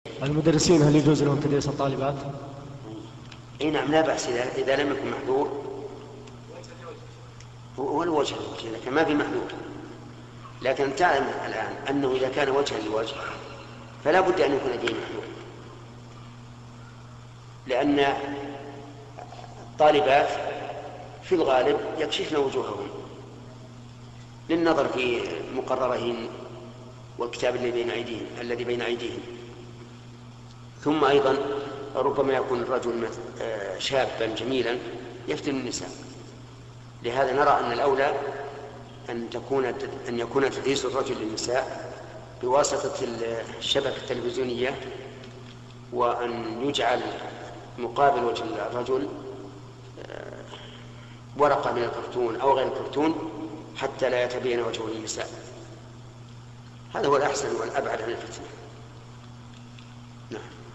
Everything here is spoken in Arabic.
المدرسين هل يجوز لهم تدريس الطالبات؟ اي نعم، لا بأس إذا لم يكن محذور. هو الوجه لكن ما في محذور. لكن تعلم الآن أنه إذا كان وجها لوجه فلا بد أن يكون فيه محذور، لأن الطالبات في الغالب يكشفن وجوههن للنظر في مقررهن والكتاب الذي بين أيديهن. ثم أيضا ربما يكون الرجل شابا جميلا يفتن النساء. لهذا نرى أن الأولى أن يكون تدريس الرجل للنساء بواسطة الشبكة التلفزيونية، وأن يجعل مقابل وجه الرجل ورقة من الكرتون أو غير الكرتون حتى لا يتبين وجهه للنساء. هذا هو الأحسن والأبعد عن الفتنة. نعم.